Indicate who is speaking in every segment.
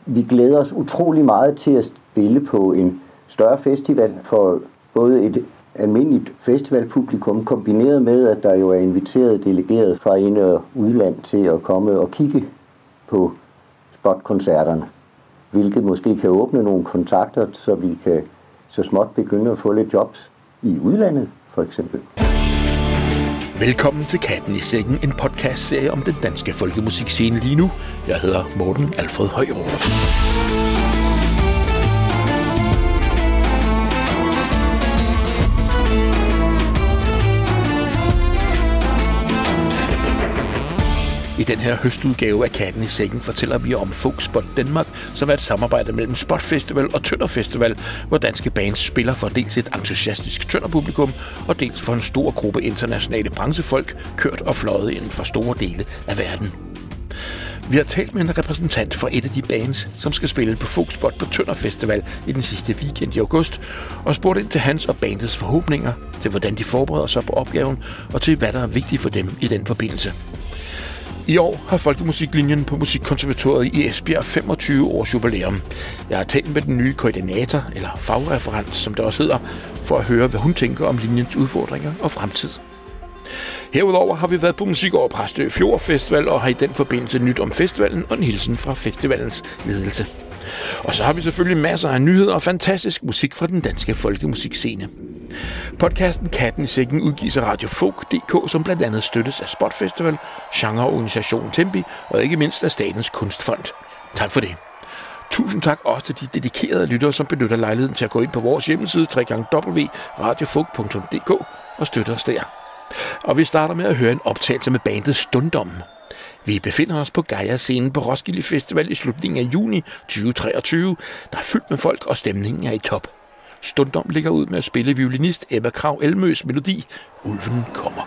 Speaker 1: vi glæder os utrolig meget til at spille på en større festival for både et almindeligt festivalpublikum, kombineret med, at der jo er inviteret delegeret fra ind- og udland til at komme og kigge på spotkoncerterne, hvilket måske kan åbne nogle kontakter, så vi kan så småt begynde at få lidt jobs i udlandet, for eksempel.
Speaker 2: Velkommen til Katten i Sækken, en podcastserie om den danske folkemusikscene lige nu. Jeg hedder Morten Alfred Højrup. I den her høstudgave af Katten i Sækken fortæller vi om Folkspot Danmark, som er et samarbejde mellem Spot Festival og Tønder Festival, hvor danske bands spiller for dels et entusiastisk Tønder-publikum og dels for en stor gruppe internationale branchefolk, kørt og fløjet inden for store dele af verden. Vi har talt med en repræsentant fra et af de bands, som skal spille på Folkspot på Tønder Festival i den sidste weekend i august, og spurgt ind til hans og bandets forhåbninger, til hvordan de forbereder sig på opgaven, og til hvad der er vigtigt for dem i den forbindelse. I år har Folkemusiklinjen på Musikkonservatoriet i Esbjerg 25 års jubilæum. Jeg har talt med den nye koordinator, eller fagreferent, som det også hedder, for at høre, hvad hun tænker om linjens udfordringer og fremtid. Herudover har vi været på musik over Præstø Fjord Festival og har i den forbindelse nyt om festivalen og en hilsen fra festivalens ledelse. Og så har vi selvfølgelig masser af nyheder og fantastisk musik fra den danske folkemusikscene. Podcasten Katten i Sækken udgives af Radio Folk.dk, som blandt andet støttes af Spot Festival, genreorganisationen Tempi og ikke mindst af Statens Kunstfond. Tak for det. Tusind tak også til de dedikerede lyttere, som benytter lejligheden til at gå ind på vores hjemmeside www.radiofolk.dk og støtte os der. Og vi starter med at høre en optagelse med bandet Stundom. Vi befinder os på Gaia-scenen på Roskilde Festival i slutningen af juni 2023. Der er fyldt med folk, og stemningen er i top. Stundom ligger ud med at spille violinist Ebba Krag Elmøs melodi Ulven kommer.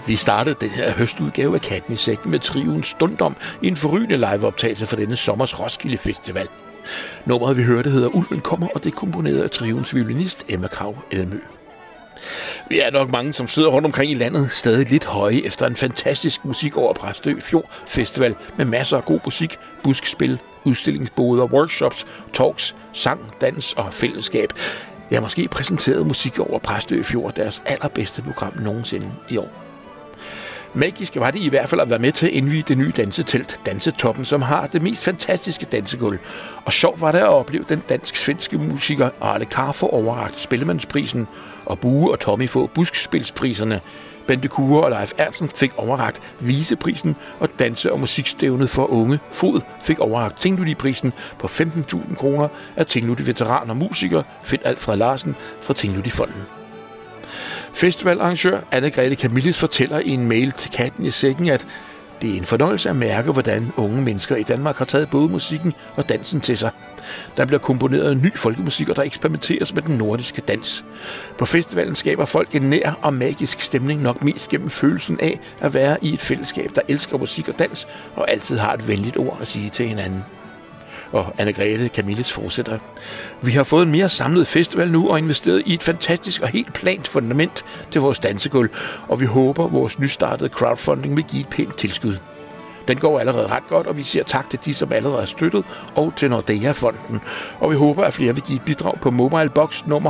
Speaker 2: Vi startede den her høstudgave af Katten i Sækken med trioen Stundom i en forrygende liveoptagelse for denne sommers Roskilde Festival. Nummeret vi hørte hedder Ulven kommer, og det er komponeret af trioens violinist Emma Krag Elmø. Vi er nok mange, som sidder rundt omkring i landet, stadig lidt høje efter en fantastisk musik over Præstø Fjord Festival med masser af god musik, buskspil, udstillingsboder, workshops, talks, sang, dans og fællesskab. Jeg har måske præsenteret musik over Præstø Fjord, deres allerbedste program nogensinde i år. Magisk var det i hvert fald at være med til at indvie det nye dansetelt, Dansetoppen, som har det mest fantastiske dansegulv. Og sjovt var det at opleve den dansk-svenske musiker Arle Kar få overrakt Spillemandsprisen, og Bue og Tommy få buskspilspriserne. Bente Kure og Leif Ernsten fik overrakt Viseprisen, og danse- og musikstævnet for unge Fod fik overrakt Tinglutti-prisen på 15.000 kroner af Tinglutti-veteran og musiker Finn Alfred Larsen fra Tinglutti-fonden. Festivalarrangør Anne-Grethe Camillis fortæller i en mail til Katten i Sækken, at det er en fornøjelse at mærke, hvordan unge mennesker i Danmark har taget både musikken og dansen til sig. Der bliver komponeret ny folkemusik, og der eksperimenteres med den nordiske dans. På festivalen skaber folk en nær og magisk stemning, nok mest gennem følelsen af at være i et fællesskab, der elsker musik og dans, og altid har et venligt ord at sige til hinanden. Og Anne-Grethe Camillis fortsætter. Vi har fået en mere samlet festival nu og investeret i et fantastisk og helt plant fundament til vores dansegulv, og vi håber, vores nystartede crowdfunding vil give et pænt tilskud. Den går allerede ret godt, og vi siger tak til de, som allerede har støttet, og til Nordea-fonden. Og vi håber, at flere vil give et bidrag på mobile box nummer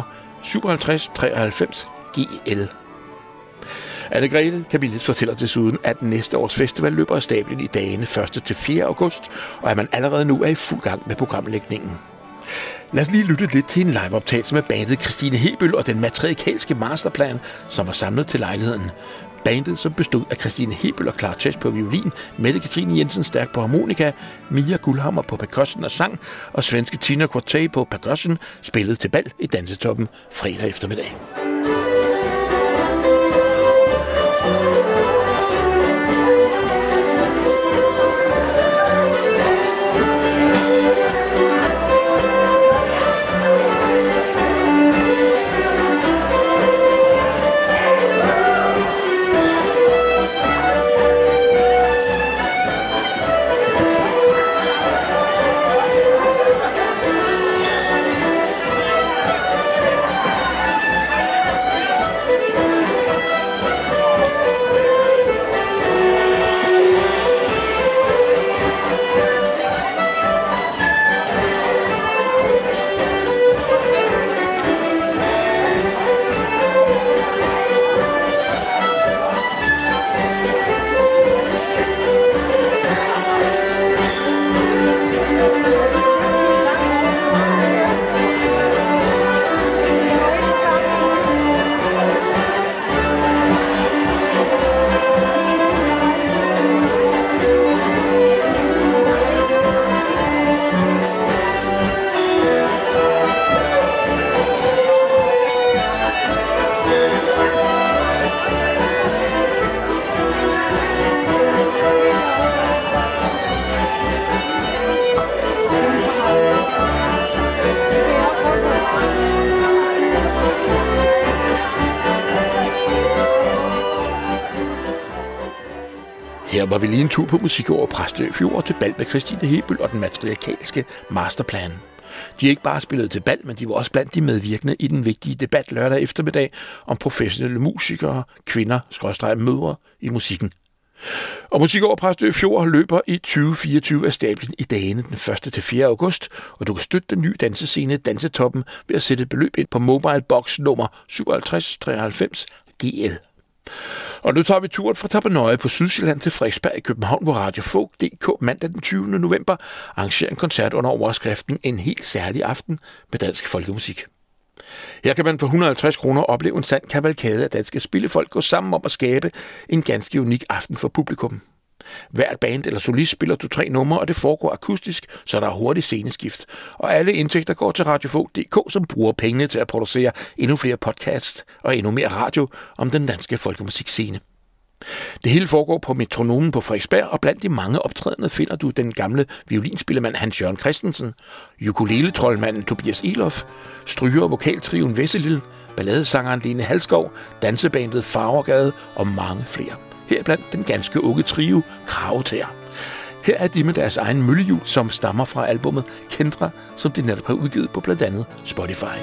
Speaker 2: 5793 GL. Anne-Grethe Camillis fortæller desuden, at næste års festival løber af stablen i dagene 1. til 4. august, og at man allerede nu er i fuld gang med programlægningen. Lad os lige lytte lidt til en liveoptagelse med bandet Christine Hebøl og den matriarkalske masterplan, som var samlet til lejligheden. Bandet, som bestod af Christine Hebøl og Clara Tesch på violin, Mette Katrine Jensen Stærk på harmonika, Mia Guldhammer på percussion og sang, og svenske Tina Quartet på percussion, spillede til bal i Dansetoppen fredag eftermiddag. Her var vi lige en tur på musik over Præstø Fjord til bal med Christine Hebøl og den matriarkalske masterplan. De er ikke bare spillet til bal, men de var også blandt de medvirkende i den vigtige debat lørdag eftermiddag om professionelle musikere, kvinder, mødre i musikken. Og musik over Præstø Fjord løber i 2024 af stablen i dagene den 1. til 4. august, og du kan støtte den nye dansescene Dansetoppen ved at sætte et beløb ind på mobile box nummer 5793 GL. Og nu tager vi turen fra Tappernøje på Sydsjælland til Frederiksberg i København, hvor Radio Folk.dk mandag den 20. november arrangerer en koncert under overskriften En helt særlig aften med dansk folkemusik. Her kan man for 150 kroner opleve en sand kavalkade af danske spillefolk gå sammen om at skabe en ganske unik aften for publikum. Hvert band eller solist spiller 2-3 numre, og det foregår akustisk, så der er hurtigt sceneskift. Og alle indtægter går til Radio Folk.dk, som bruger pengene til at producere endnu flere podcasts og endnu mere radio om den danske folkemusikscene. Det hele foregår på Metronomen på Frederiksberg, og blandt de mange optrædende finder du den gamle violinspillemand Hans Jørgen Christensen, ukulele-troldmanden Tobias Elof, stryger- og vokaltrioen Vesselil, balladesangeren Lene Halskov, dansebandet Farvergade og mange flere. heriblandt den ganske unge trio Kragetæer. Her er de med deres egen møllehjul, som stammer fra albumet Kendra, som de netop har udgivet på blandt andet Spotify.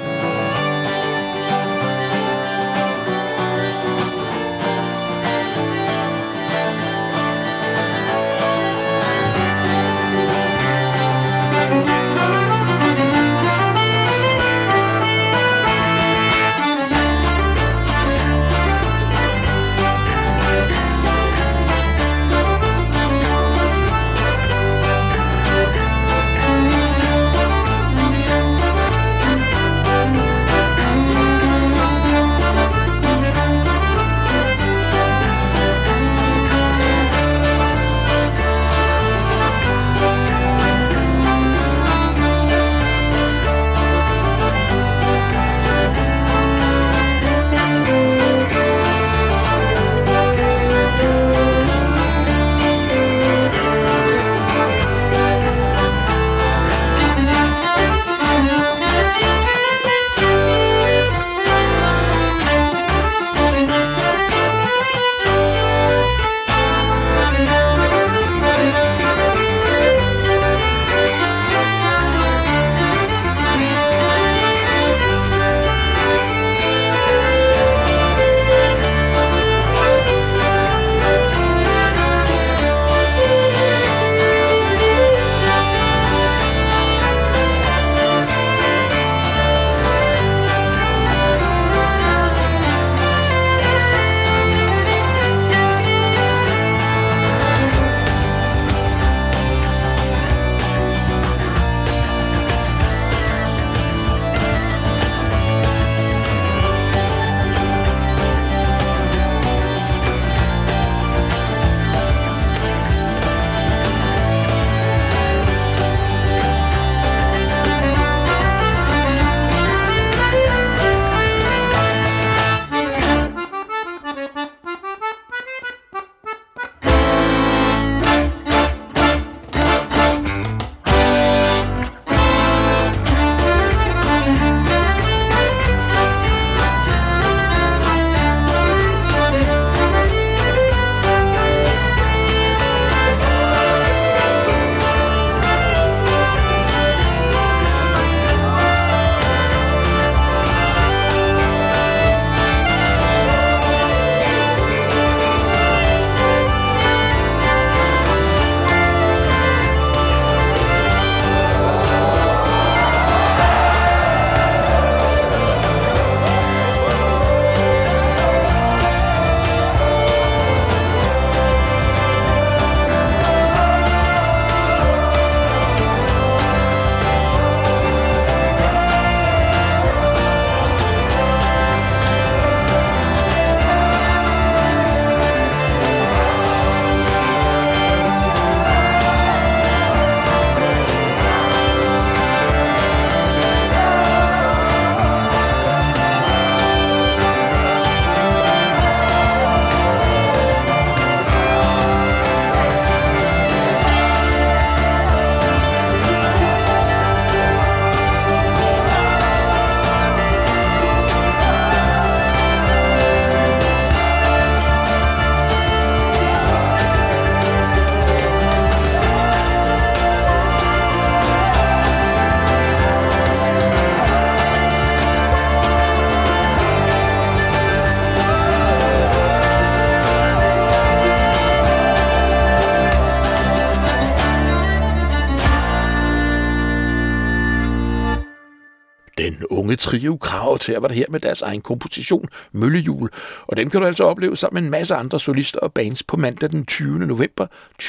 Speaker 2: Den unge trio Kragetæer var der her med deres egen komposition, Møllehjul, og dem kan du altså opleve sammen med en masse andre solister og bands på mandag den 20. november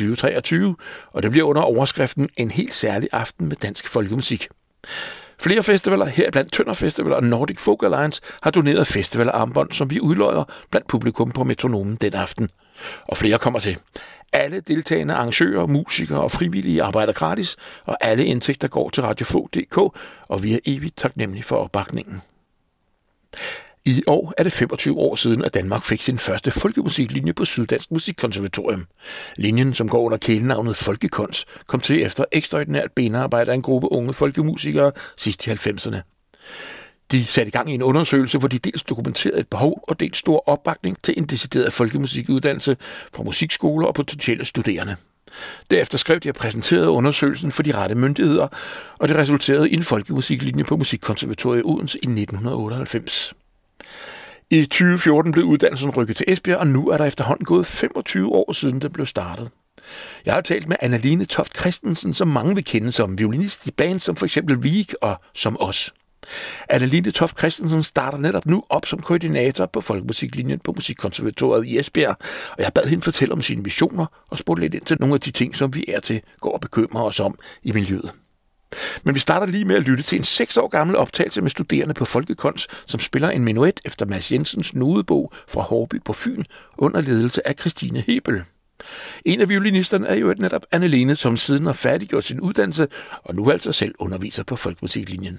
Speaker 2: 2023, og det bliver under overskriften En helt særlig aften med dansk folkemusik. Flere festivaler, heriblandt Tønder Festival og Nordic Folk Alliance, har doneret festivalarmbånd, som vi udløjer blandt publikum på Metronomen den aften. Og flere kommer til. Alle deltagende arrangører, musikere og frivillige arbejder gratis, og alle indtægter går til radiofog.dk, og vi er evigt taknemmelige for opbakningen. I år er det 25 år siden, at Danmark fik sin første folkemusiklinje på Syddansk Musikkonservatorium. Linjen, som går under kælenavnet Folkekons, kom til efter ekstraordinært benarbejde af en gruppe unge folkemusikere sidst i 90'erne. De satte i gang i en undersøgelse, hvor de dels dokumenterede et behov og dels stor opbakning til en decideret folkemusikuddannelse fra musikskoler og potentielle studerende. Derefter skrev de og præsenterede undersøgelsen for de rette myndigheder, og det resulterede i en folkemusiklinje på Musikkonservatoriet i Odense i 1998. I 2014 blev uddannelsen rykket til Esbjerg, og nu er der efterhånden gået 25 år siden det blev startet. Jeg har talt med Annaline Toft Christensen, som mange vil kende som violinist i band som f.eks. Vik og som os. Annaline Toft Christensen starter netop nu op som koordinator på folkemusiklinjen på Musikkonservatoriet i Esbjerg, og jeg bad hende fortælle om sine visioner og spurgte lidt ind til nogle af de ting, som vi er til går og bekymrer os om i miljøet. Men vi starter lige med at lytte til en 6 år gammel optagelse med studerende på Folkekons, som spiller en menuet efter Mads Jensens nodebog fra Hårby på Fyn under ledelse af Christine Hebel. En af violinisterne er jo netop Annaline, som siden har færdiggjort sin uddannelse og nu altså selv underviser på folkemusiklinjen.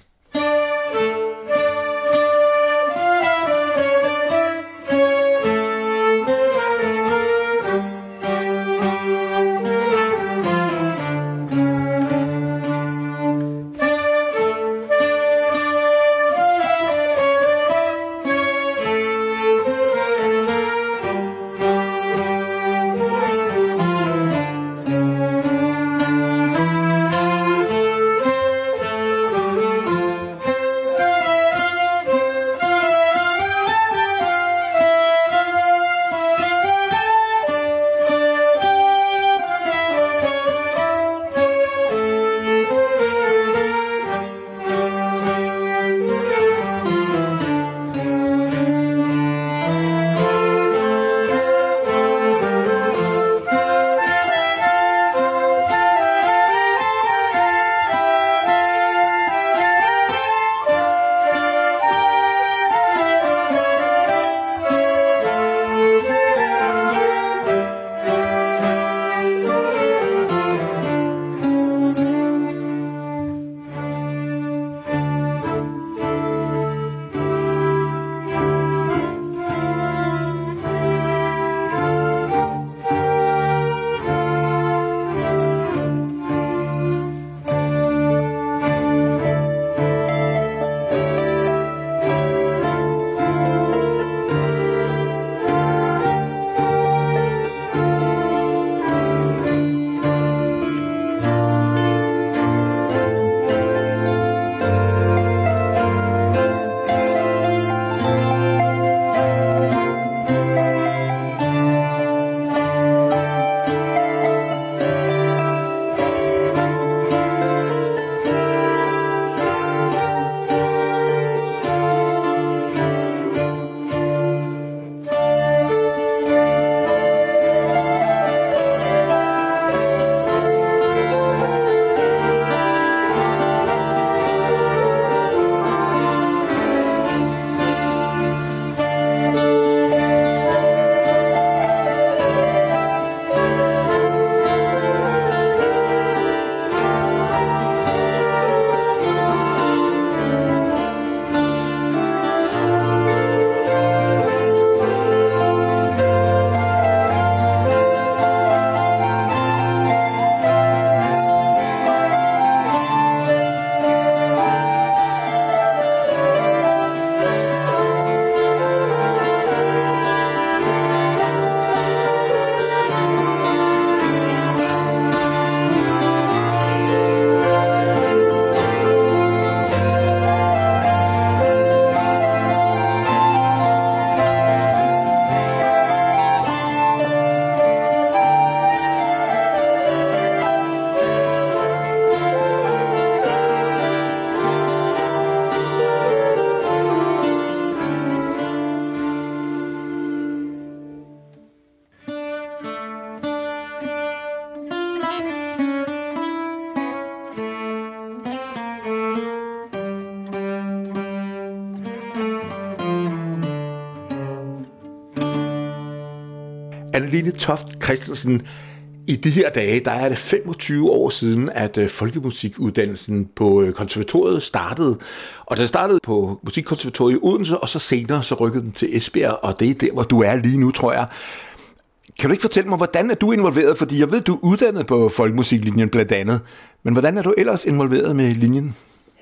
Speaker 2: Annaline Toft Christensen, i de her dage, der er det 25 år siden, at folkemusikuddannelsen på konservatoriet startede. Og den startede på Musikkonservatoriet i Odense, og så senere så rykkede den til Esbjerg, og det er der, hvor du er lige nu, tror jeg. Kan du ikke fortælle mig, hvordan er du involveret? Fordi jeg ved, du er uddannet på folkemusiklinjen blandt andet. Men hvordan er du ellers involveret med linjen?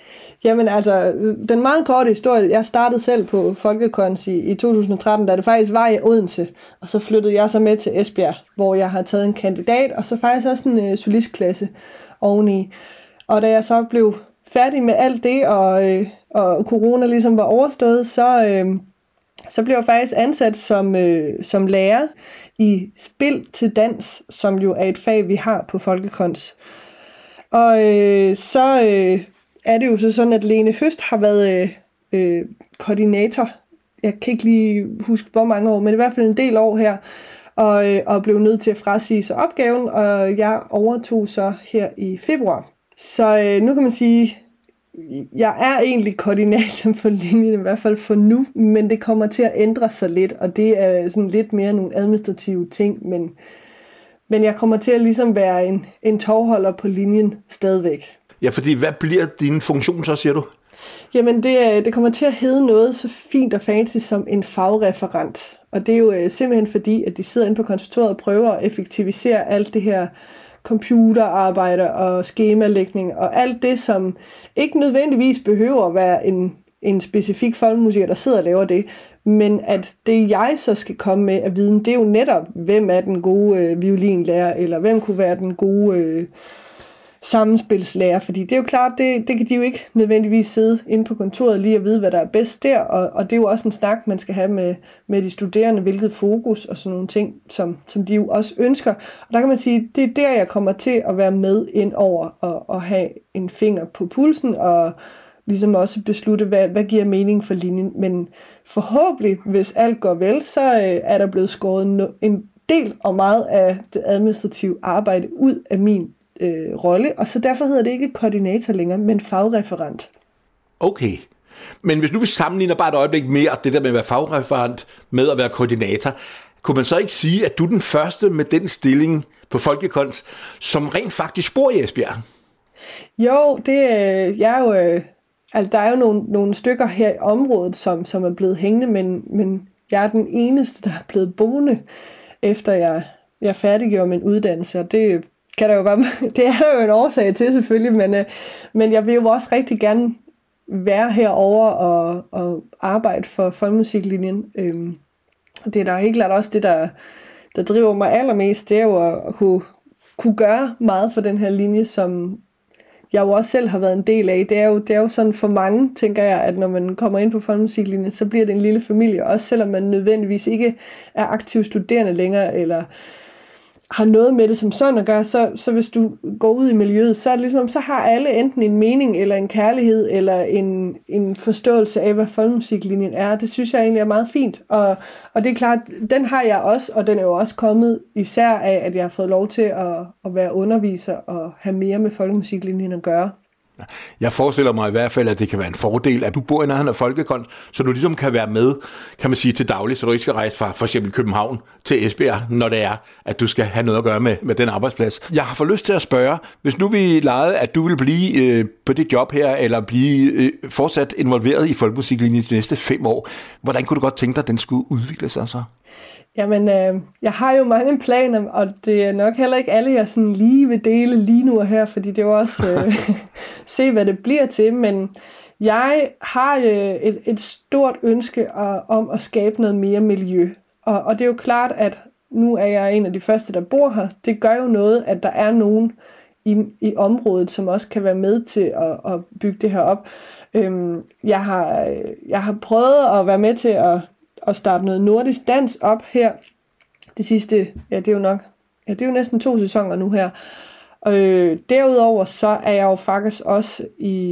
Speaker 3: Jamen altså, den meget korte historie, jeg startede selv på Folkekunst i 2013, da det faktisk var i Odense, og så flyttede jeg så med til Esbjerg, hvor jeg har taget en kandidat, og så faktisk også en solistklasse oveni. Og da jeg så blev færdig med alt det, og corona ligesom var overstået, så blev jeg faktisk ansat som lærer i spil til dans, som jo er et fag, vi har på Folkekunst. Og så er det jo så sådan, at Lene Høst har været koordinator. Jeg kan ikke lige huske, hvor mange år, men i hvert fald en del år her, og blev nødt til at frasige sig opgaven, og jeg overtog så her i februar. Så nu kan man sige, jeg er egentlig koordinator på linjen, i hvert fald for nu, men det kommer til at ændre sig lidt, og det er sådan lidt mere nogle administrative ting, men jeg kommer til at ligesom være en tovholder på linjen stadigvæk.
Speaker 2: Ja, fordi hvad bliver din funktion så, siger du?
Speaker 3: Jamen, det kommer til at hedde noget så fint og fancy som en fagreferent. Og det er jo simpelthen fordi, at de sidder inde på konservatoriet og prøver at effektivisere alt det her computerarbejde og skemalægning og alt det, som ikke nødvendigvis behøver at være en specifik folkemusiker, der sidder og laver det, men at det jeg så skal komme med af viden, det er jo netop, hvem er den gode violinlærer, eller hvem kunne være den gode sammenspilslærer, fordi det er jo klart, det kan de jo ikke nødvendigvis sidde inde på kontoret lige og vide, hvad der er bedst der, og det er jo også en snak, man skal have med de studerende, hvilket fokus og sådan nogle ting, som de jo også ønsker. Og der kan man sige, det er der, jeg kommer til at være med ind over og have en finger på pulsen, og ligesom også beslutte, hvad giver mening for linjen. Men forhåbentlig, hvis alt går vel, så er der blevet skåret en del og meget af det administrative arbejde ud af min rolle, og så derfor hedder det ikke koordinator længere, men fagreferent.
Speaker 2: Okay. Men hvis nu vi sammenligner bare et øjeblik mere det der med at være fagreferent med at være koordinator, kunne man så ikke sige, at du er den første med den stilling på Folkekunst, som rent faktisk bor i Esbjerg?
Speaker 3: Jo, altså, der er jo nogle stykker her i området, som er blevet hængende, men jeg er den eneste, der er blevet boende, efter jeg færdiggjorde min uddannelse, og det kan der jo bare, det er der jo en årsag til selvfølgelig, men jeg vil jo også rigtig gerne være herover og arbejde for folkemusiklinjen. Det er da helt klart også det, der driver mig allermest, det er jo at kunne gøre meget for den her linje, som jeg jo også selv har været en del af. Det er jo sådan for mange, tænker jeg, at når man kommer ind på folkemusiklinjen, så bliver det en lille familie, også selvom man nødvendigvis ikke er aktiv studerende længere, eller har noget med det som sådan at gøre, så hvis du går ud i miljøet, så er det ligesom, så har alle enten en mening, eller en kærlighed, eller en forståelse af, hvad folkemusiklinjen er. Det synes jeg egentlig er meget fint. Og det er klart, den har jeg også, og den er jo også kommet især af, at jeg har fået lov til at være underviser og have mere med folkemusiklinjen at gøre.
Speaker 2: Jeg forestiller mig i hvert fald, at det kan være en fordel, at du bor i nærheden af Folkekunst, så du ligesom kan være med, kan man sige, til daglig, så du ikke skal rejse fra for eksempel København til Esbjerg, når det er, at du skal have noget at gøre med den arbejdsplads. Jeg har fået lyst til at spørge, hvis nu vi legede, at du vil blive på dit job her, eller blive fortsat involveret i folkemusiklinjen de næste 5 år, hvordan kunne du godt tænke dig, at den skulle udvikle sig så?
Speaker 3: Jamen, jeg har jo mange planer, og det er nok heller ikke alle, jeg sådan lige vil dele lige nu og her, fordi det er jo også se, hvad det bliver til, men jeg har et stort ønske om at skabe noget mere miljø, og det er jo klart, at nu er jeg en af de første, der bor her. Det gør jo noget, at der er nogen i området, som også kan være med til at bygge det her op. Jeg har prøvet at være med til at starte noget nordisk dans op her. Det sidste, det er jo næsten 2 sæsoner nu her. Derudover så er jeg jo faktisk også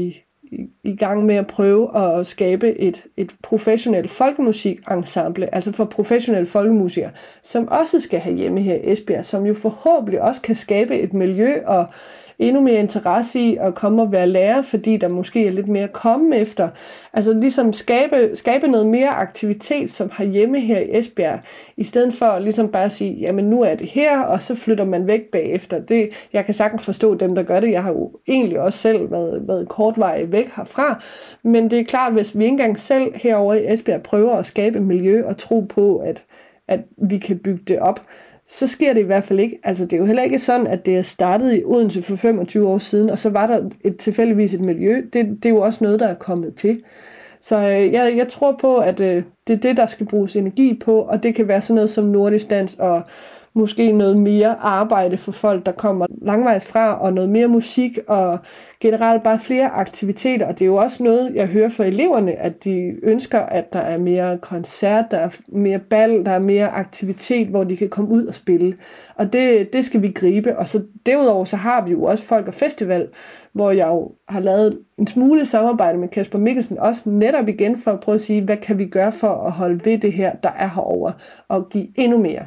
Speaker 3: i gang med at prøve at skabe et professionelt folkemusikensemble, altså for professionelle folkemusikere, som også skal have hjemme her i Esbjerg, som jo forhåbentlig også kan skabe et miljø og endnu mere interesse i at komme og være lærer, fordi der måske er lidt mere at komme efter. Altså ligesom skabe noget mere aktivitet, som har hjemme her i Esbjerg, i stedet for ligesom bare at sige, jamen nu er det her, og så flytter man væk bagefter. Jeg kan sagtens forstå dem, der gør det. Jeg har jo egentlig også selv været kortvarigt væk herfra, men det er klart, hvis vi ikke engang selv herovre i Esbjerg prøver at skabe et miljø og tro på, at vi kan bygge det op, så sker det i hvert fald ikke. Altså det er jo heller ikke sådan, at det er startet i Odense for 25 år siden, og så var der tilfældigvis et miljø. Det er jo også noget, der er kommet til. Så jeg tror på, at det er det, der skal bruges energi på, og det kan være sådan noget som nordisk dans og måske noget mere arbejde for folk, der kommer langvejs fra, og noget mere musik, og generelt bare flere aktiviteter. Og det er jo også noget, jeg hører fra eleverne, at de ønsker, at der er mere koncert, der er mere bal, der er mere aktivitet, hvor de kan komme ud og spille. Og det skal vi gribe. Og så derudover, så har vi jo også Folk og Festival, hvor jeg jo har lavet en smule samarbejde med Kasper Mikkelsen, også netop igen for at prøve at sige, hvad kan vi gøre for at holde ved det her, der er herovre, og give endnu mere.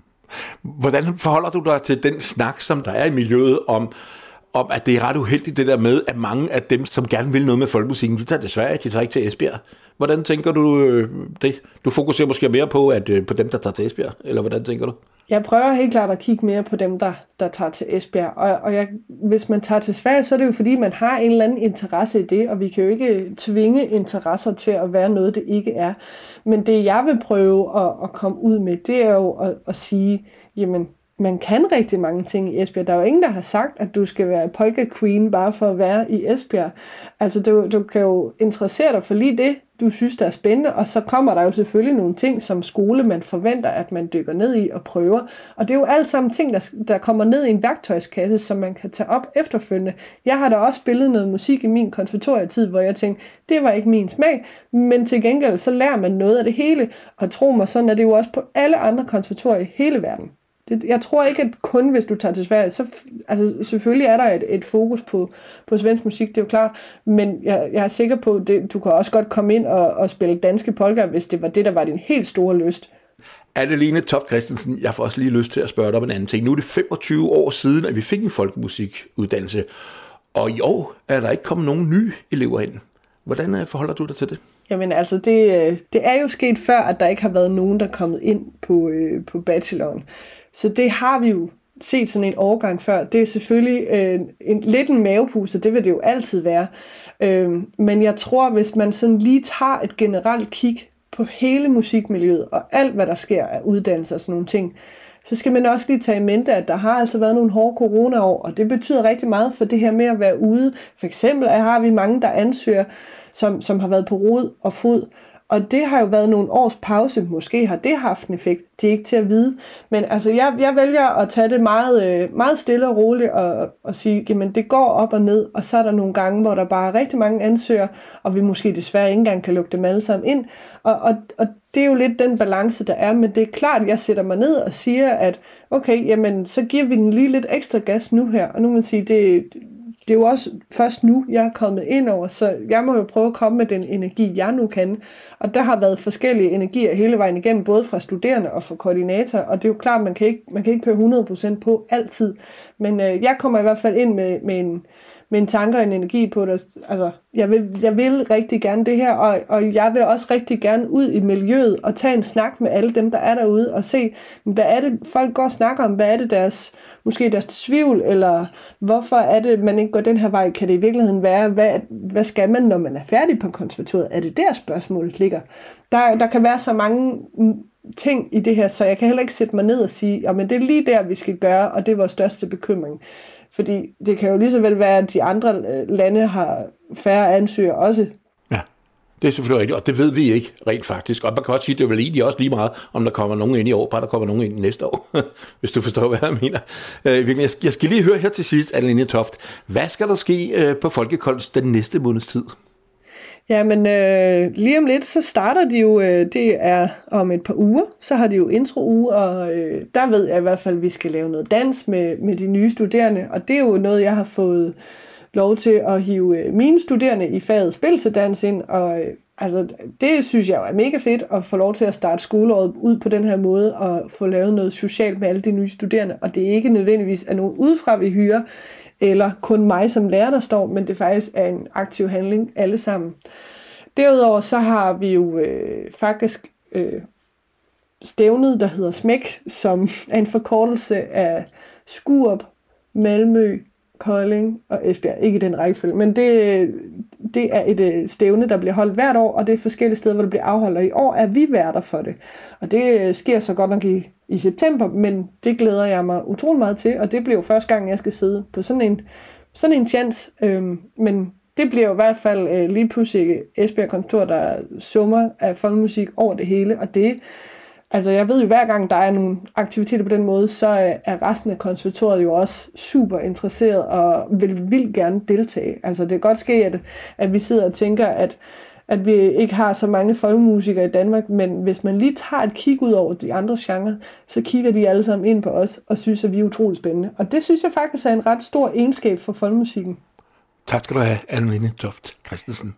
Speaker 2: Hvordan forholder du dig til den snak, som der er i miljøet om at det er ret uheldigt det der med, at mange af dem, som gerne vil noget med folkemusikken, de tager til Sverige, de tager ikke til Esbjerg. Hvordan tænker du det? Du fokuserer måske mere på dem, der tager til Esbjerg, eller hvordan tænker du?
Speaker 3: Jeg prøver helt klart at kigge mere på dem, der tager til Esbjerg. Og hvis man tager til Sverige, så er det jo fordi, man har en eller anden interesse i det, og vi kan jo ikke tvinge interesser til at være noget, det ikke er. Men det, jeg vil prøve at komme ud med, det er jo at sige, jamen, man kan rigtig mange ting i Esbjerg. Der er jo ingen, der har sagt, at du skal være polka queen bare for at være i Esbjerg. Altså, du kan jo interessere dig for lige det, du synes, der er spændende, og så kommer der jo selvfølgelig nogle ting som skole, man forventer, at man dykker ned i og prøver. Og det er jo alle sammen ting, der kommer ned i en værktøjskasse, som man kan tage op efterfølgende. Jeg har da også spillet noget musik i min konservatorietid, hvor jeg tænkte, det var ikke min smag, men til gengæld så lærer man noget af det hele, og tro mig, sådan er det jo også på alle andre konservatorier i hele verden. Jeg tror ikke, at kun hvis du tager til Sverige, så selvfølgelig er der et fokus på svensk musik, det er jo klart, men jeg er sikker på, at du kan også godt komme ind og spille danske polka, hvis det var det, der var din helt store lyst.
Speaker 2: Adeline Toft Christensen, jeg får også lige lyst til at spørge dig om en anden ting. Nu er det 25 år siden, at vi fik en folkemusikuddannelse, og i år er der ikke kommet nogen nye elever ind. Hvordan forholder du dig til det?
Speaker 3: Jamen altså, det er jo sket før, at der ikke har været nogen, der er kommet ind på bacheloren. Så det har vi jo set sådan en årgang før. Det er selvfølgelig lidt en mavepuster, det vil det jo altid være. Men jeg tror, hvis man sådan lige tager et generelt kig på hele musikmiljøet, og alt, hvad der sker af uddannelse og sådan nogle ting, så skal man også lige tage i mente, at der har altså været nogle hårde coronaår, og det betyder rigtig meget for det her med at være ude. For eksempel har vi mange, der ansøger, som har været på rod og fod, og det har jo været nogle års pause. Måske har det haft en effekt. Det er ikke til at vide. Men altså, jeg vælger at tage det meget, meget stille og roligt og sige, jamen det går op og ned, og så er der nogle gange, hvor der bare er rigtig mange ansøgere, og vi måske desværre ikke engang kan lukke dem alle sammen ind. Og det er jo lidt den balance, der er, men det er klart, at jeg sætter mig ned og siger, at okay, jamen så giver vi den lige lidt ekstra gas nu her. Og nu må man sige, det er jo også først nu, jeg er kommet ind over, så jeg må jo prøve at komme med den energi, jeg nu kan. Og der har været forskellige energier hele vejen igennem, både fra studerende og fra koordinator, og det er jo klart, man kan ikke køre 100% på altid. Men jeg kommer i hvert fald ind med en tanke og en energi på det. Altså, jeg vil rigtig gerne det her, og jeg vil også rigtig gerne ud i miljøet og tage en snak med alle dem, der er derude, og se, hvad er det, folk går og snakker om, hvad er det måske deres tvivl, eller hvorfor er det, man ikke går den her vej, kan det i virkeligheden være, hvad skal man, når man er færdig på konservatoriet? Er det der spørgsmålet ligger? Der kan være så mange ting i det her, så jeg kan heller ikke sætte mig ned og sige, jamen det er lige der, vi skal gøre, og det er vores største bekymring. Fordi det kan jo lige så vel være, at de andre lande har færre ansøgere også.
Speaker 2: Ja, det er selvfølgelig rigtigt, og det ved vi ikke rent faktisk. Og man kan også sige, at det er vel egentlig også lige meget, om der kommer nogen ind i år, bare der kommer nogen ind næste år, hvis du forstår, hvad jeg mener. Jeg skal lige høre her til sidst, Adeline Toft. Hvad skal der ske på Folkekunst den næste måneds tid?
Speaker 3: Jamen, lige om lidt, så starter de jo, det er om et par uger, så har de jo intro-uge, og der ved jeg i hvert fald, at vi skal lave noget dans med de nye studerende, og det er jo noget, jeg har fået lov til at hive mine studerende i faget spil til dans ind, og altså, det synes jeg jo er mega fedt at få lov til at starte skoleåret ud på den her måde, og få lavet noget socialt med alle de nye studerende, og det er ikke nødvendigvis er nogen udefra, vi hyrer, eller kun mig som lærer, der står, men det faktisk er en aktiv handling alle sammen. Derudover så har vi jo faktisk stævnet, der hedder SMEK, som er en forkortelse af Skurup, Malmø, Kolding og Esbjerg. Ikke i den rækkefølge, men det er et stævne, der bliver holdt hvert år, og det er forskellige steder, hvor det bliver afholdt, og i år er vi værter for det. Og det sker så godt nok i september, men det glæder jeg mig utrolig meget til, og det bliver jo første gang, jeg skal sidde på sådan en chance, men det bliver jo i hvert fald lige pludselig Esbjerg Kontor, der summer af folkemusik over det hele, og det, altså jeg ved jo, hver gang der er nogle aktiviteter på den måde, så er resten af konservatoriet jo også super interesseret og vil gerne deltage. Altså det kan godt ske, at vi sidder og tænker, at vi ikke har så mange folkemusikere i Danmark, men hvis man lige tager et kig ud over de andre genrer, så kigger de alle sammen ind på os og synes, at vi er utroligt spændende. Og det synes jeg faktisk er en ret stor egenskab for folkemusikken.
Speaker 2: Tak skal du have, Anne-Lene Toft Christensen.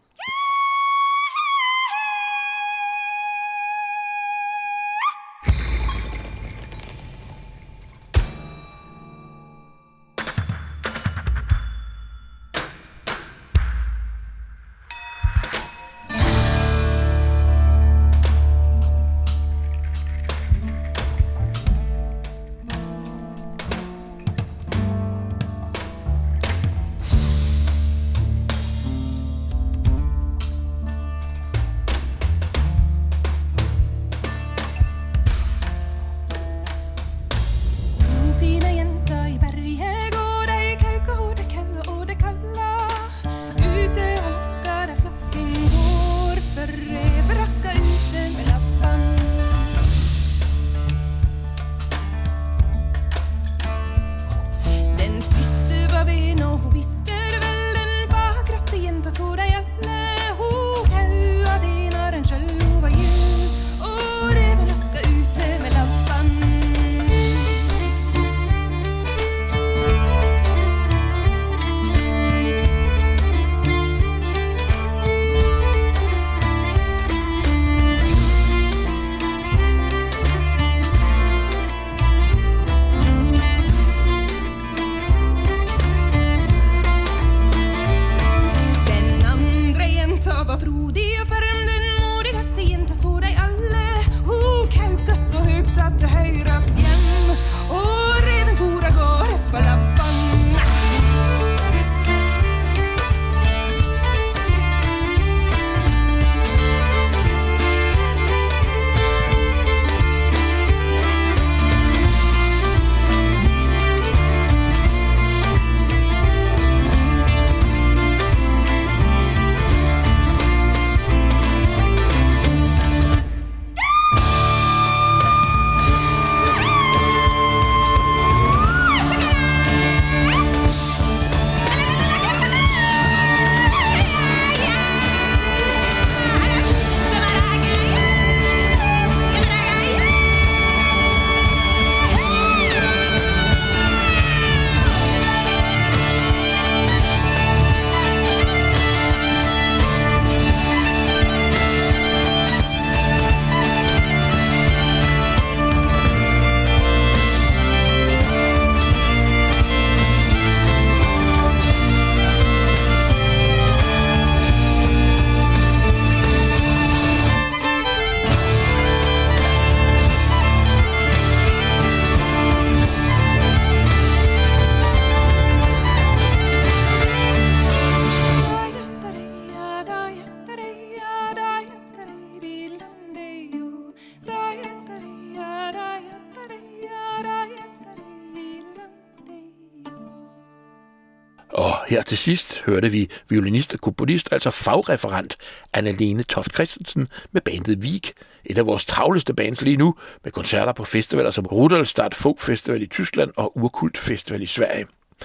Speaker 2: Her til sidst hørte vi violinist og komponist, altså fagreferent Anne-Lene Toft Christensen med bandet Vik, et af vores travleste bands lige nu, med koncerter på festivaler som Rudolstadt Folk Festival i Tyskland og Urkult Festival i Sverige.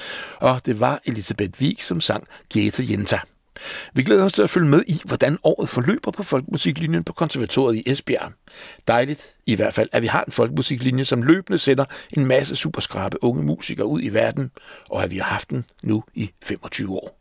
Speaker 2: Og det var Elisabeth Vik, som sang Gieta Jenta. Vi glæder os til at følge med i, hvordan året forløber på folkemusiklinjen på konservatoriet i Esbjerg. Dejligt i hvert fald, at vi har en folkemusiklinje, som løbende sender en masse superskrabe unge musikere ud i verden, og at vi har haft den nu i 25 år.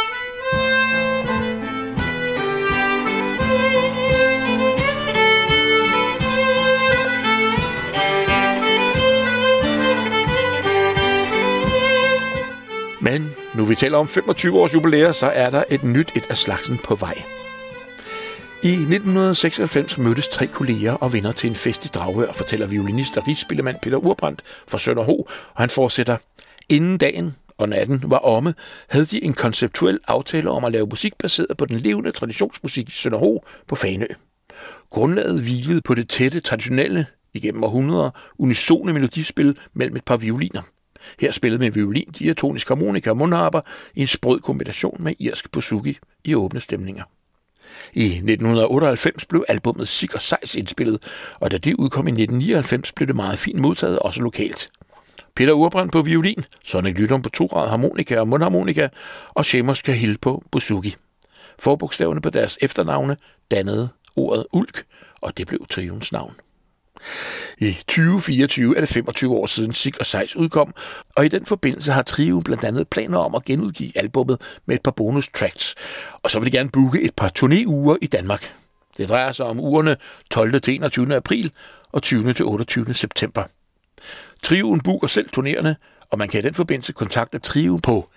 Speaker 2: Men nu vi taler om 25 års jubilæer, så er der et af slagsen på vej. I 1996 mødtes 3 kolleger og venner til en fest i Dragør, fortæller violinist og rigsspillemand Peter Urbrandt fra Sønderho, og han fortsætter: Inden dagen og natten var omme, havde de en konceptuel aftale om at lave musik baseret på den levende traditionsmusik i Sønderho på Fanø. Grundlaget hvilede på det tætte, traditionelle, igennem århundreder, unisone melodispil mellem et par violiner. Her spillede med violin, diatonisk harmonika og mundharper i en sprød kombination med irsk bouzouki i åbne stemninger. I 1998 blev albumet Sig og Sejs indspillet, og da det udkom i 1999, blev det meget fint modtaget, også lokalt. Peter Urbrand på violin, Sonic Lydum på 2-rad harmonika og mundharmonika, og Seamus Cahill på bouzouki. Forbogstaverne på deres efternavne dannede ordet Ulk, og det blev trioens navn. I 2024 er det 25 år siden Sig og Sejs udkom, og i den forbindelse har trioen blandt andet planer om at genudgive albummet med et par bonus tracks, og så vil de gerne booke et par turnéuger i Danmark. Det drejer sig om ugerne 12. til 21. april og 20. til 28. september. Trioen booker selv turnerende, og man kan i den forbindelse kontakte trioen på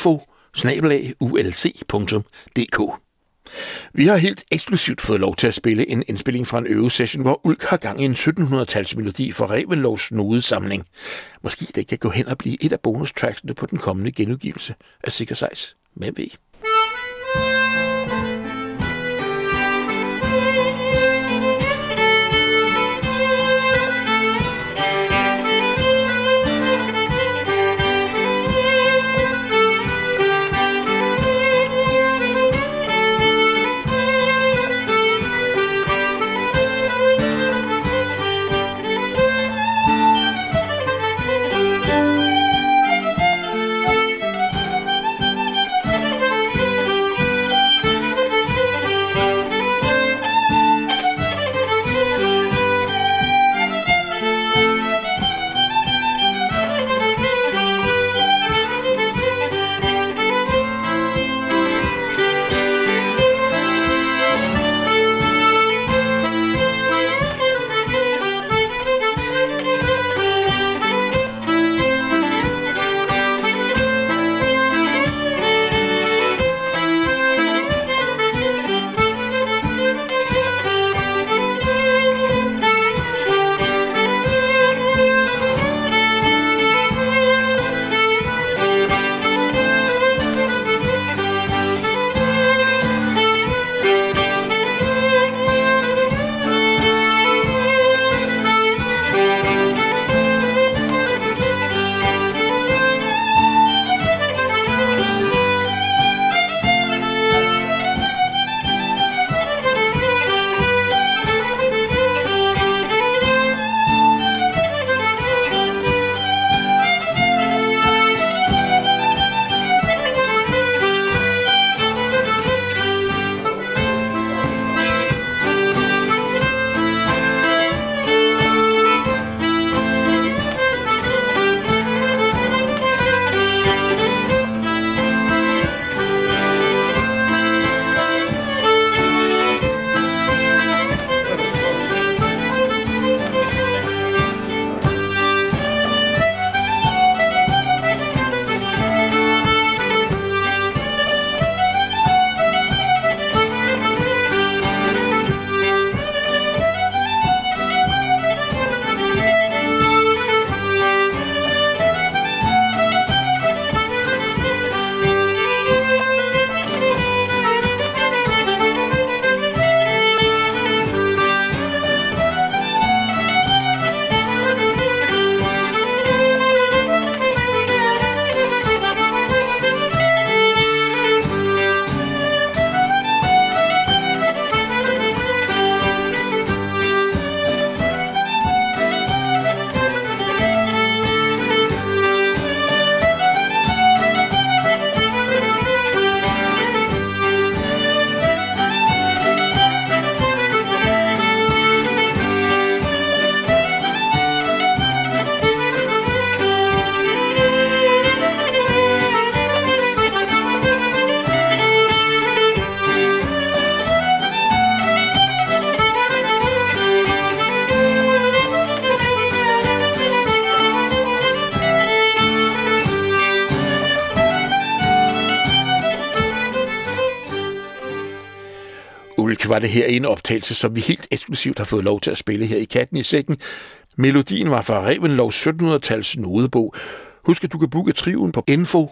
Speaker 2: info@ulc.dk. Vi har helt eksklusivt fået lov til at spille en indspilling fra en øvesession, hvor Ulk har gang i en 1700-tals melodi for Reventlows nodesamling. Måske det kan gå hen og blive et af bonustracksene på den kommende genudgivelse af Sig og Sejs. Hvem ved? Ulk var det her en optagelse, som vi helt eksklusivt har fået lov til at spille her i Katten i Sækken. Melodien var fra Reventlows 1700-tals nodebog. Husk, at du kan booke trioen på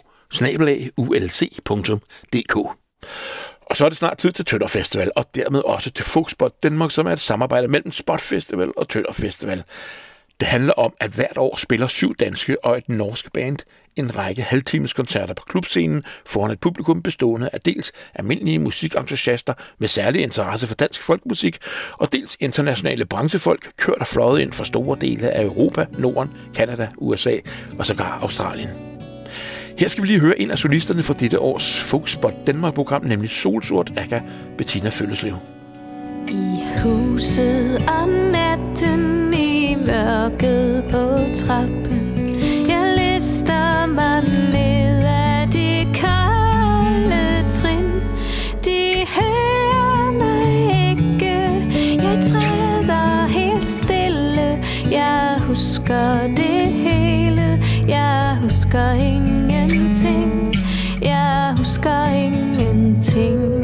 Speaker 2: info@ulc.dk. Og så er det snart tid til Tønder Festival, og dermed også til Folkspot Danmark, som er et samarbejde mellem Spot Festival og Tønder Festival. Det handler om, at hvert år spiller 7 danske og et norsk band en række halvtimeskoncerter på klubscenen foran et publikum bestående af dels almindelige musikentusiaster med særlig interesse for dansk folkmusik, og dels internationale branchefolk kørt og fløjet ind fra store dele af Europa, Norden, Canada, USA og sågar Australien. Her skal vi lige høre en af solisterne fra dette års Folkspot Danmark-program, nemlig Solsort aka Bettina Følleslev.
Speaker 4: I huset om natten, i mørket på trappen, jeg lister mig ned ad de kolde trin. De hører mig ikke, jeg træder helt stille. Jeg husker det hele, jeg husker ingenting. Jeg husker ingenting.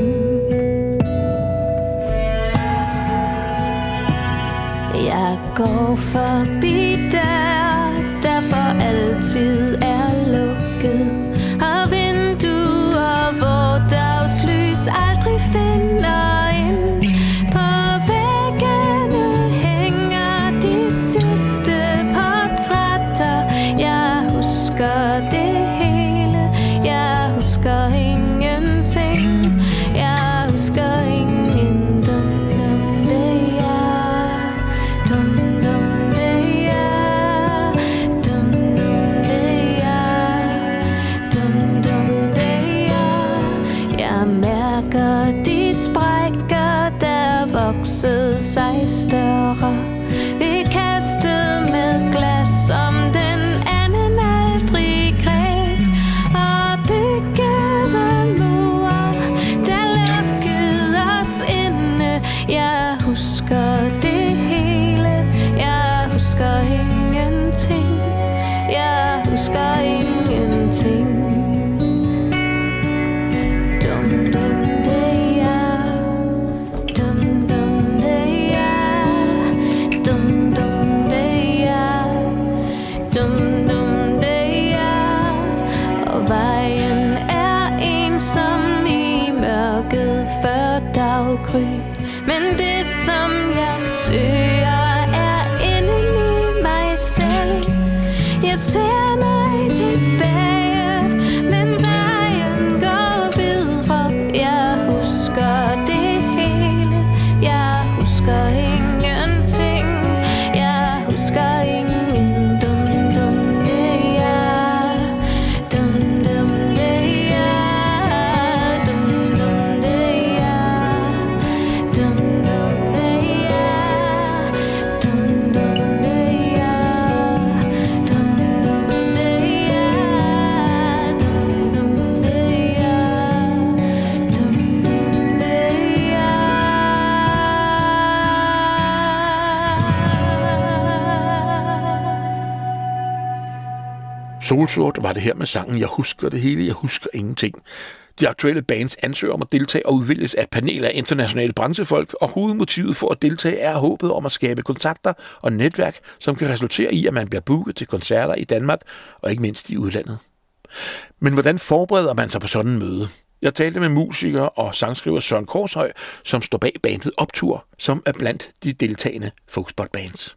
Speaker 4: Jeg går forbi der for altid er lukket, og vinduer, hvor dagslys aldrig finder ind. På væggene hænger de sidste portrætter. Jeg husker det hele, jeg husker ingenting. Jeg husker ingenting. De sprækker, der voksede sig større. Vi kastede med glas, som den anden aldrig greb, og byggede mure, der lukkede os inde. Jeg husker det hele, jeg husker ingenting. Jeg husker ingenting. Men det som jeg søger er inde i mig selv. Jeg ser mig tilbage, men vejen går videre. Jeg husker det hele, jeg husker ingenting. Jeg husker ingen.
Speaker 2: Solsort var det her med sangen Jeg husker det hele, jeg husker ingenting. De aktuelle bands ansøger om at deltage og udvælges af et panel af internationale branchefolk, og hovedmotivet for at deltage er håbet om at skabe kontakter og netværk, som kan resultere i, at man bliver booket til koncerter i Danmark og ikke mindst i udlandet. Men hvordan forbereder man sig på sådan en møde? Jeg talte med musiker og sangskriver Søren Korshøj, som står bag bandet Optur, som er blandt de deltagende Folkspot bands.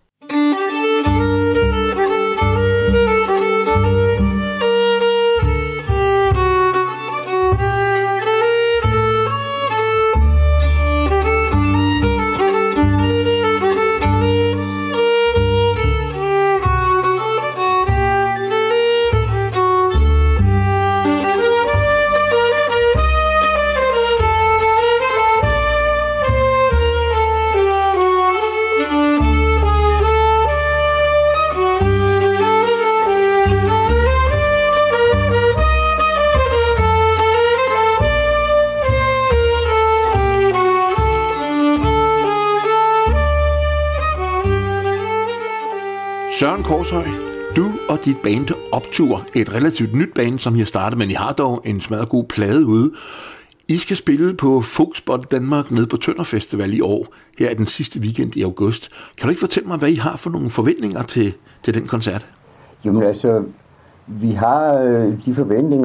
Speaker 2: Søren Korshøj, du og dit band Optur, et relativt nyt band, som I har startet, men I har dog en smadret god plade ude. I skal spille på Folkspot Danmark nede på Tønder Festival i år. Her er den sidste weekend i august. Kan du ikke fortælle mig, hvad I har for nogle forventninger til den koncert?
Speaker 1: Jamen altså, Vi har de forventninger,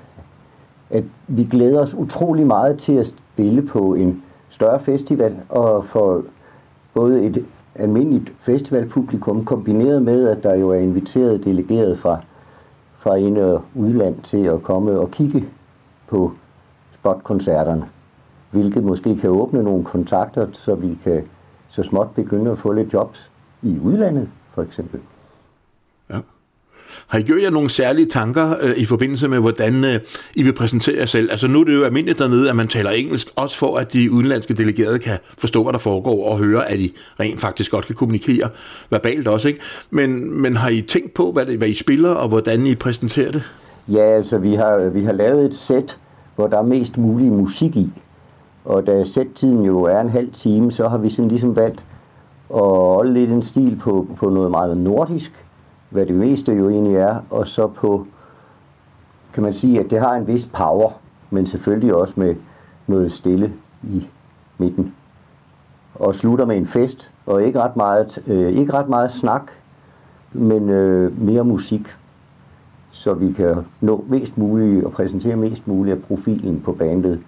Speaker 1: at vi glæder os utrolig meget til at spille på en større festival, og for både et almindeligt festivalpublikum, kombineret med, at der jo er inviteret delegeret fra ind- og udland til at komme og kigge på spotkoncerterne, hvilket måske kan åbne nogle kontakter, så vi kan så småt begynde at få lidt jobs i udlandet, for eksempel.
Speaker 2: Ja. Har I gjort jer nogle særlige tanker i forbindelse med, hvordan I vil præsentere jer selv? Altså nu er det jo almindeligt dernede, at man taler engelsk, også for at de udenlandske delegerede kan forstå, hvad der foregår, og høre, at I rent faktisk godt kan kommunikere verbalt også, ikke? Men har I tænkt på, hvad I spiller, og hvordan I præsenterer det?
Speaker 1: Ja, altså vi har lavet et sæt, hvor der er mest mulig musik i. Og da sættiden jo er en halv time, så har vi sådan ligesom valgt at holde lidt en stil på noget meget nordisk, hvad det meste jo egentlig er, og så på, kan man sige, at det har en vis power, men selvfølgelig også med noget stille i midten. Og slutter med en fest, og ikke ret meget snak, men mere musik, så vi kan nå mest muligt og præsentere mest muligt af profilen på bandet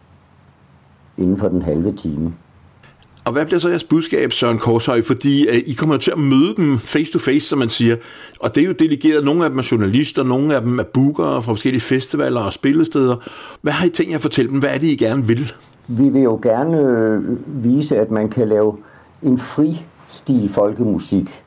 Speaker 1: inden for den halve time.
Speaker 2: Og hvad bliver så jeres budskab, Søren Korshøj? Fordi I kommer til at møde dem face to face, som man siger. Og det er jo delegeret. Nogle af dem er journalister, nogle af dem er bookere fra forskellige festivaler og spillesteder. Hvad har I tænkt jer at fortælle dem? Hvad er det, I gerne vil?
Speaker 1: Vi vil jo gerne vise, at man kan lave en fri stil folkemusik.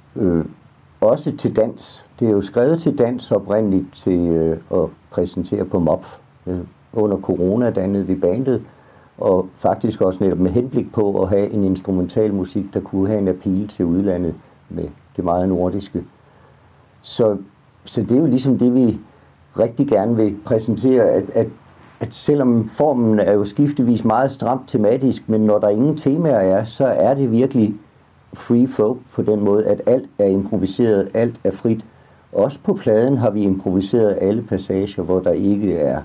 Speaker 1: Også til dans. Det er jo skrevet til dans oprindeligt til at præsentere på MOPF. Under corona dannede vi bandet, og faktisk også netop med henblik på at have en instrumental musik, der kunne have en appeal til udlandet med det meget nordiske. Så det er jo ligesom det, vi rigtig gerne vil præsentere, at selvom formen er jo skiftevis meget stramt tematisk, men når der ingen temaer er, så er det virkelig free folk på den måde, at alt er improviseret, alt er frit. Også på pladen har vi improviseret alle passager, hvor der ikke er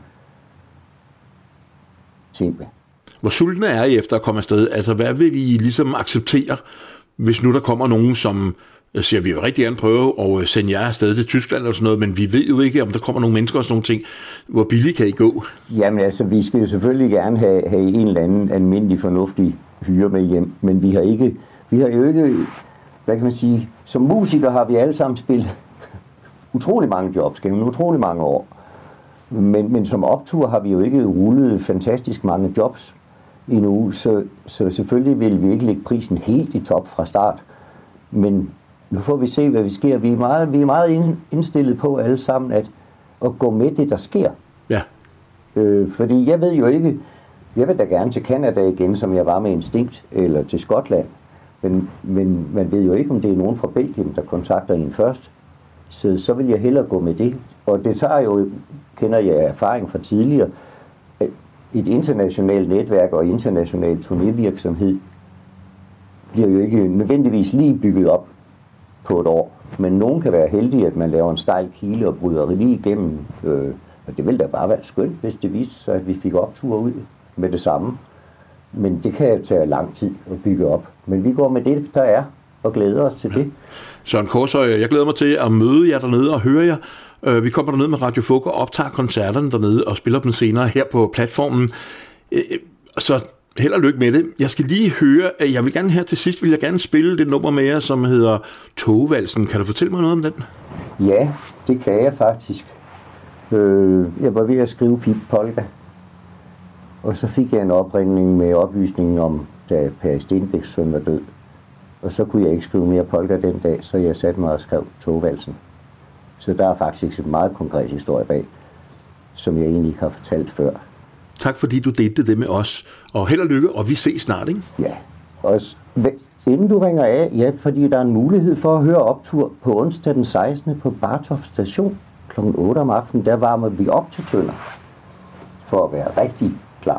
Speaker 1: tema.
Speaker 2: Hvor sultne er I efter at komme afsted? Altså, hvad vil I ligesom acceptere, hvis nu der kommer nogen, som siger, vi vil rigtig gerne prøve at sende jer afsted til Tyskland eller sådan noget, men vi ved jo ikke, om der kommer nogle mennesker og sådan nogle ting. Hvor billigt kan I gå? Jamen
Speaker 1: altså, vi skal jo selvfølgelig gerne have en eller anden almindelig fornuftig hyre med hjem, men vi har jo ikke, hvad kan man sige, som musikere har vi alle sammen spillet utrolig mange jobs gennem utrolig mange år. Men som optur har vi jo ikke rullet fantastisk mange jobs endnu, så selvfølgelig vil vi ikke lægge prisen helt i top fra start. Men nu får vi se, hvad vi sker. Vi er meget indstillet på alle sammen at gå med det, der sker.
Speaker 2: Ja.
Speaker 1: Fordi jeg ved jo ikke, jeg vil da gerne til Canada igen, som jeg var med Instinkt, eller til Skotland. Men man ved jo ikke, om det er nogen fra Belgien, der kontakter en først. Så vil jeg hellere gå med det. Og det tager jo, kender jeg erfaring fra tidligere, et internationalt netværk og international turnévirksomhed bliver jo ikke nødvendigvis lige bygget op på et år. Men nogen kan være heldige, at man laver en stejl kile og bryder lige igennem. Og det ville da bare være skønt, hvis det viste sig, at vi fik optur ud med det samme. Men det kan tage lang tid at bygge op. Men vi går med det, der er, og glæder os til det.
Speaker 2: Søren Korshøj, jeg glæder mig til at møde jer dernede og høre jer. Vi kommer dernede med Radio Fug og optager koncerterne dernede og spiller dem senere her på platformen. Så held og lykke med det. Jeg skal lige høre, at jeg vil gerne her til sidst, vil jeg gerne spille det nummer med jer, som hedder Togvalsen. Kan du fortælle mig noget om den?
Speaker 1: Ja, det kan jeg faktisk. Jeg var ved at skrive Pip Polka, og så fik jeg en opringning med oplysningen om, da Per Stenbæks søn var død. Og så kunne jeg ikke skrive mere polka den dag, så jeg satte mig og skrev Togvalsen. Så der er faktisk en meget konkret historie bag, som jeg egentlig ikke har fortalt før.
Speaker 2: Tak fordi du delte det med os, og held og lykke, og vi ses snart, ikke?
Speaker 1: Ja, og inden du ringer af, ja, fordi der er en mulighed for at høre optur på onsdag den 16. på Bartof Station kl. 8 om aftenen. Der varmer vi op til Tønder for at være rigtig klar.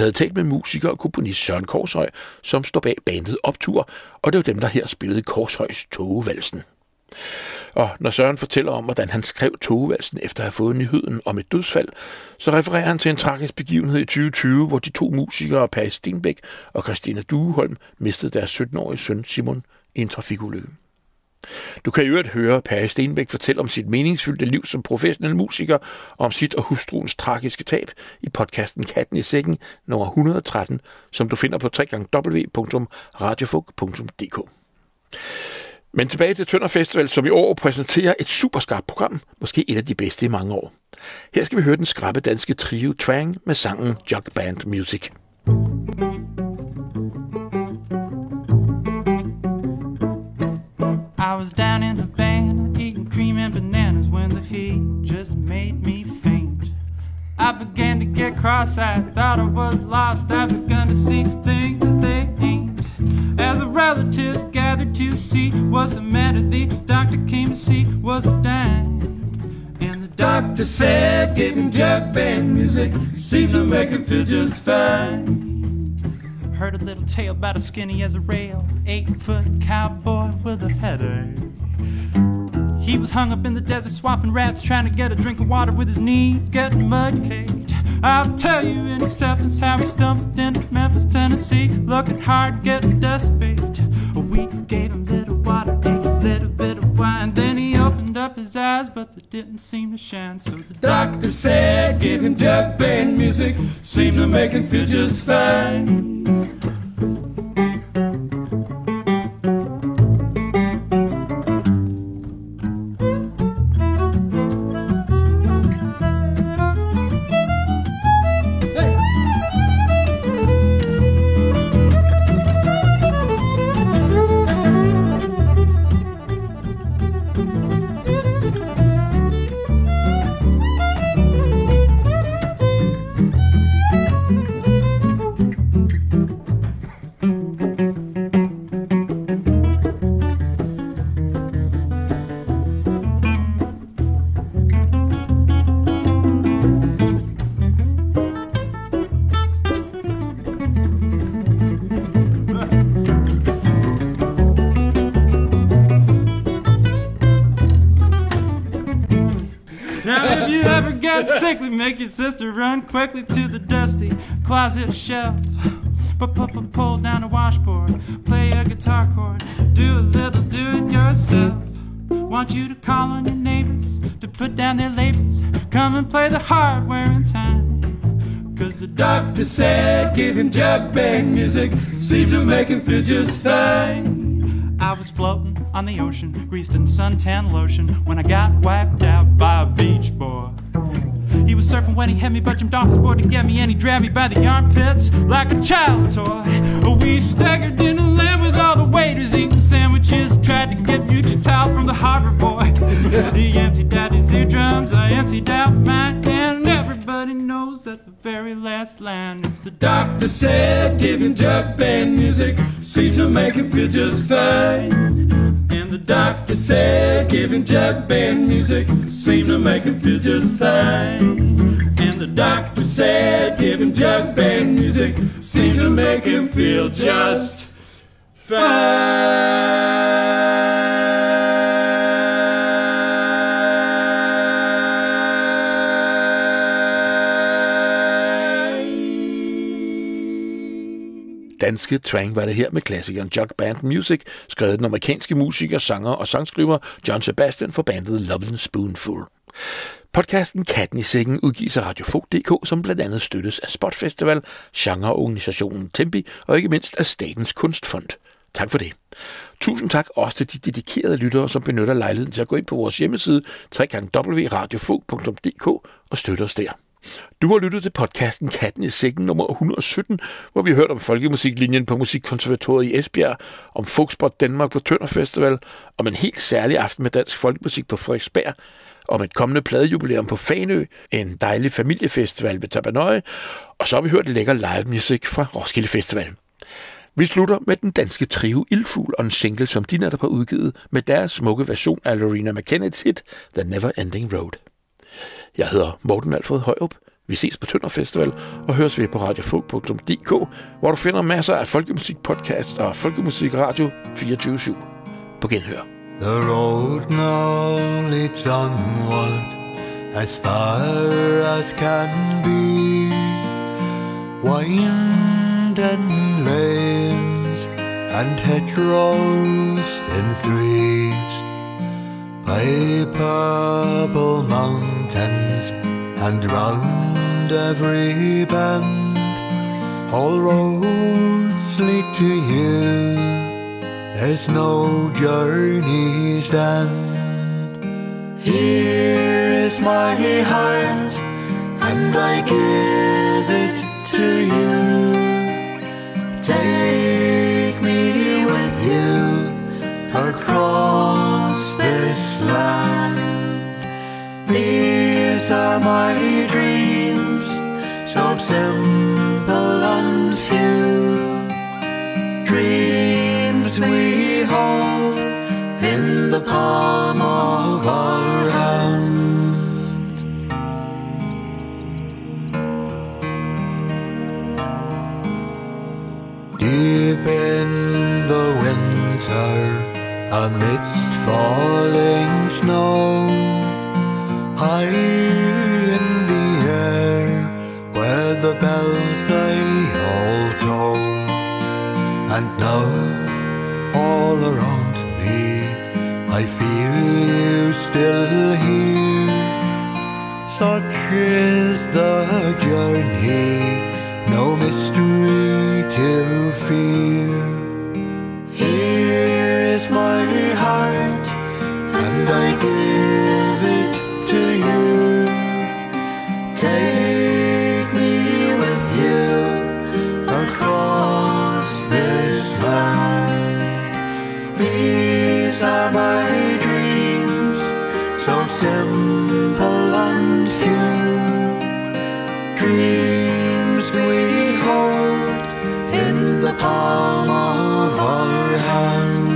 Speaker 2: havde talt med musiker og komponist Søren Korshøj, som står bag bandet Optur, og det var dem, der her spillede Korshøjs Tågevalsen. Og når Søren fortæller om, hvordan han skrev Tågevalsen efter at have fået nyheden om et dødsfald, så refererer han til en tragisk begivenhed i 2020, hvor de to musikere, Per Stenbæk og Christina Dueholm, mistede deres 17-årige søn Simon i en trafikulykke. Du kan i øvrigt høre Per Stenbæk fortælle om sit meningsfyldte liv som professionel musiker og om sit og hustruens tragiske tab i podcasten Katten i Sækken nummer 113, som du finder på www.radiofug.dk. Men tilbage til Tønder Festival, som i år præsenterer et superskarpt program, måske et af de bedste i mange år. Her skal vi høre den skrappe danske trio Twang med sangen Jug Band Music.
Speaker 5: I was down in the band, eating cream and bananas when the heat just made me faint. I began to get cross-eyed, thought I was lost. I begun to see things as they ain't. As the relatives gathered to see what's the matter, the doctor came to see was a dime. And the doctor said giving jug band music seemed to make him feel just fine. Heard a little tale about a skinny as a rail, 8-foot cowboy with a headache. He was hung up in the desert swamping rats, trying to get a drink of water with his knees getting mud-caked. I'll tell you in acceptance how he stumbled into Memphis, Tennessee, looking hard, getting desperate. We gave him a little water, ate a little bit of wine, then he opened up his eyes, but they didn't seem to shine. So the doctor said give him jug band music, seemed to make him feel just fine. Sickly, make your sister run quickly to the dusty closet shelf. Pull down a washboard, play a guitar chord, do a little do-it-yourself. Want you to call on your neighbors to put down their labels, come and play the hardware in time. Cause the doctor said give him jug band music seemed to make him feel just fine. I was floating on the ocean, greased in suntan lotion, when I got wiped out by a beach boy. He was surfing when he had me, but jumped off his board to get me, and he grabbed me by the armpits like a child's toy. We staggered in the land with all the waiters eating sandwiches, tried to get mutual towel from the harbor boy. He emptied out his eardrums, I emptied out mine, and everybody knows that the very last line is the doctor said give him jug band music seemed to make him feel just fine. And the doctor said give him jug band music seemed to make him feel just fine. And the doctor said give him jug band music seemed to make him feel just fine.
Speaker 2: Danske Twang var det her med klassikeren Jug Band Music, skrevet den amerikanske musiker, sanger og sangskriver John Sebastian for bandet Lovin' Spoonful. Podcasten Katten i Sækken udgives af Radiofug.dk, som blandt andet støttes af Spot Festival, genreorganisationen Tempi og ikke mindst af Statens Kunstfond. Tak for det. Tusind tak også til de dedikerede lyttere, som benytter lejligheden til at gå ind på vores hjemmeside www.radiofug.dk og støtte os der. Du har lyttet til podcasten Katten i Sækken nummer 117, hvor vi har hørt om folkemusiklinjen på Musikkonservatoriet i Esbjerg, om Folkspot Danmark på Tønder Festival, om en helt særlig aften med dansk folkemusik på Frederiksberg, om et kommende pladejubilæum på Fanø, en dejlig familiefestival ved Tabanøje, og så har vi hørt lækker live musik fra Roskilde Festival. Vi slutter med den danske trio Ildfugl og en single, som de netop har udgivet med deres smukke version af Lorena McKennets hit The Never Ending Road. Jeg hedder Morten Alfred Højrup. Vi ses på Tønder Festival og høres ved på radiofolk.dk, hvor du finder masser af folkemusikpodcast og folkemusikradio 24/7. På genhør.
Speaker 6: The road now leads onward as far as can be, winding lanes and hedgerows in threes, by purple mountains and round every bend, all roads lead to you. There's no journey's end. Here is my heart, and I give it to you. Take me with you across this land. These are my dreams, so simple and few. Dreams we hold in the palm of our hand. Deep in the winter, amidst falling snow, high in the air, where the bells they all toll, and now all around me I feel you still here. Such is the journey, no mystery to fear. Here is my heart, and I give it to you. Take me with you across this land. These are my dreams, so simple and few. Dreams we hold in the palm of our hand.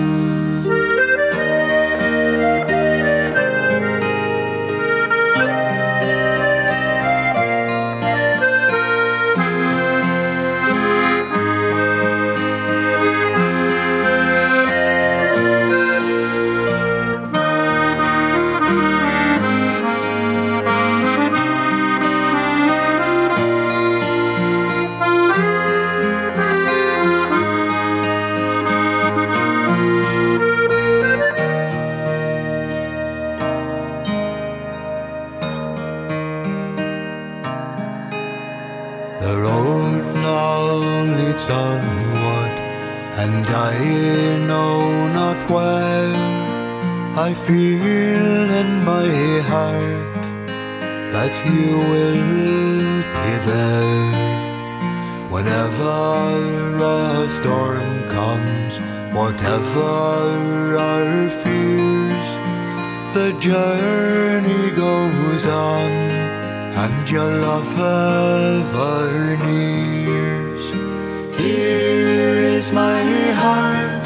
Speaker 6: The road now leads onward, and I know not where. I feel in my heart that you will be there. Whenever a storm comes, whatever our fears, the journey goes on, and your love ever nears. Here is my heart,